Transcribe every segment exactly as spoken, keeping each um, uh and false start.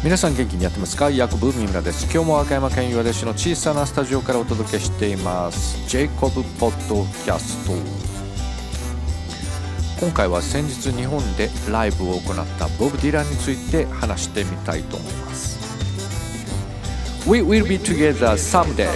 皆さん元気にやってますか？ヤコブ三村です。今日も和歌山県岩出市の小さなスタジオからお届けしていますジェイコブポッドキャスト。今回は先日日本でライブを行ったボブ・ディランについて話してみたいと思います。 We will be together someday。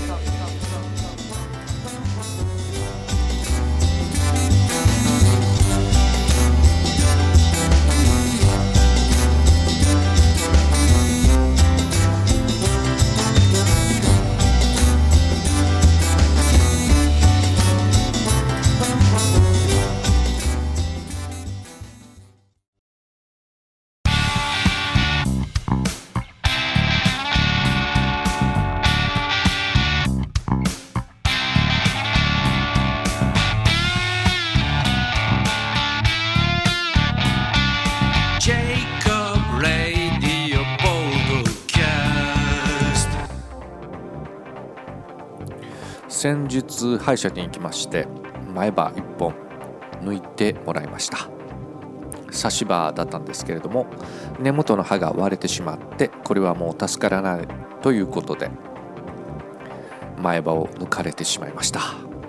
先日歯医者に行きまして前歯いっぽん抜いてもらいました。差し歯だったんですけれども根元の歯が割れてしまってこれはもう助からないということで前歯を抜かれてしまいました。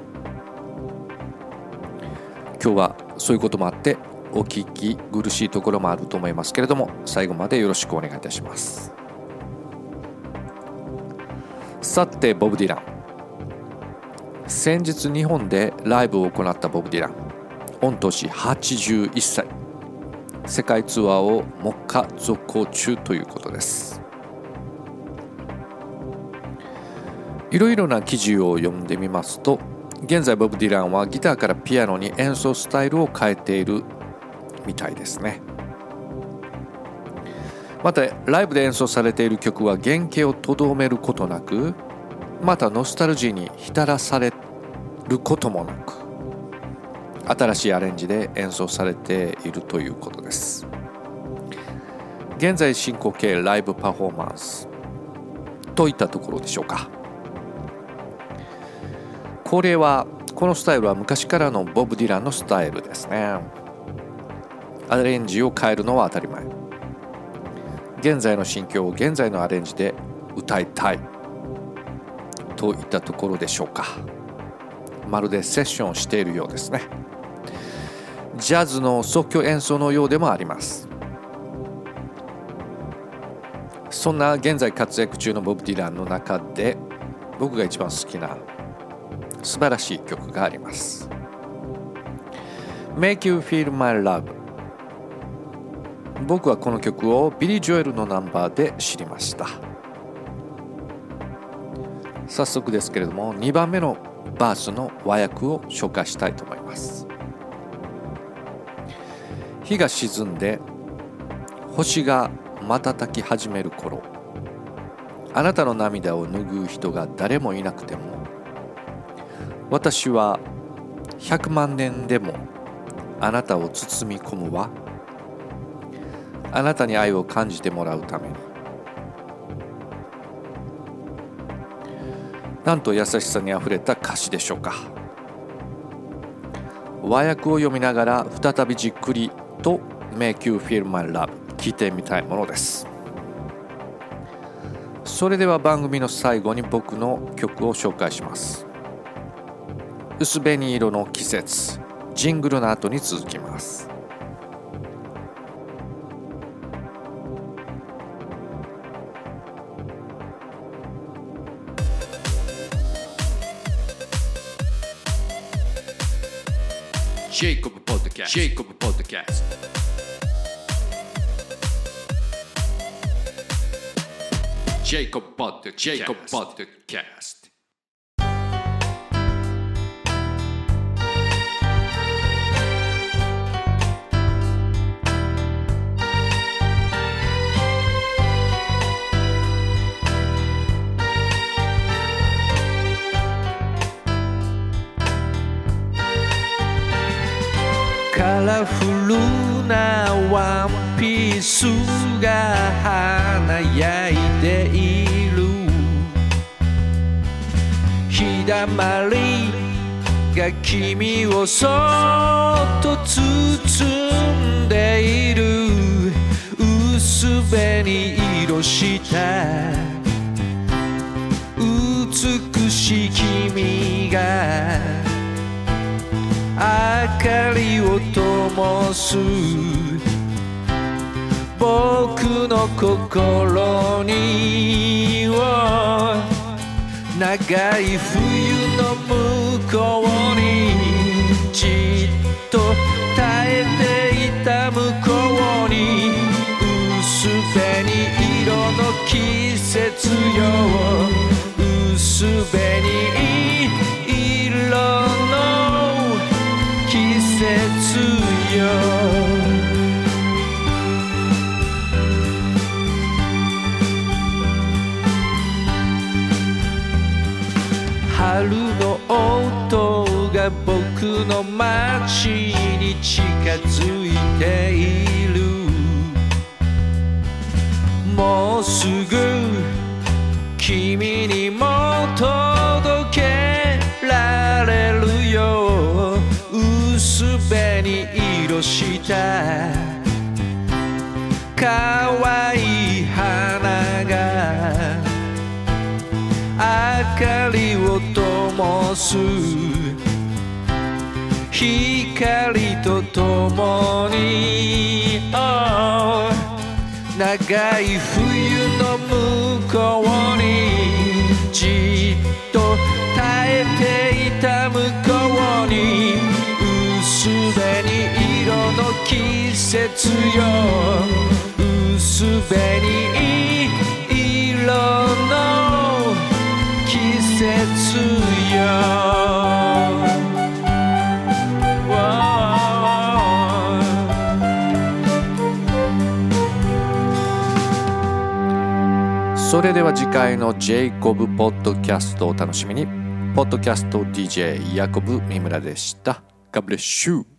今日はそういうこともあってお聞き苦しいところもあると思いますけれども最後までよろしくお願いいたします。さてボブ・ディラン、先日日本でライブを行ったボブ・ディラン、御年はちじゅういっさい、世界ツアーを目下続行中ということです。いろいろな記事を読んでみますと、現在ボブ・ディランはギターからピアノに演奏スタイルを変えているみたいですね。またライブで演奏されている曲は原型をとどめることなく、またノスタルジーに浸らされることもなく新しいアレンジで演奏されているということです。現在進行形ライブパフォーマンスといったところでしょうか。これはこのスタイルは昔からのボブ・ディランのスタイルですね。アレンジを変えるのは当たり前、現在の心境を現在のアレンジで歌いたいといったところでしょうか。まるでセッションをしているようですね。ジャズの即興演奏のようでもあります。そんな現在活躍中のボブ・ディランの中で僕が一番好きな素晴らしい曲があります。 Make You Feel My Love。 僕はこの曲をビリー・ジョエルのナンバーで知りました。早速ですけれどもにばんめのバースの和訳を紹介したいと思います。日が沈んで星が瞬き始める頃、あなたの涙を拭う人が誰もいなくても、私はひゃくまんねんでもあなたを包み込むわ。あなたに愛を感じてもらうために。なんと優しさにあふれた歌詞でしょうか。和訳を読みながら再びじっくりと Make You Feel My Love 聞いてみたいものです。それでは番組の最後に僕の曲を紹介します。薄紅色の季節、ジングルの後に続きます。ジェイコブポッドキャスト。ジェイコブポッドキャスト。ジェイコブポッドキャスト。ジェイコブポッドキャスト。カラフルなワンピースが華やいている。日だまりが君をそっと包んでいる。薄薄紅色した美しい君が明かりを灯す僕の心に長い冬の向こうにじっと耐えていた向こうに薄紅色の季節よ薄紅色の季節よ春の音が僕の街に近づいているもうすぐ君にも届けられるよ薄紅色した可愛い花が明かりを灯す光とともに、oh、長い冬の向こうにじっと耐えていた向こうに薄紅色の季節よ薄紅色の季節よそれでは次回のジェイコブポッドキャストをお楽しみに。ポッドキャスト ディージェー ヤコブ三村でした。God bless you。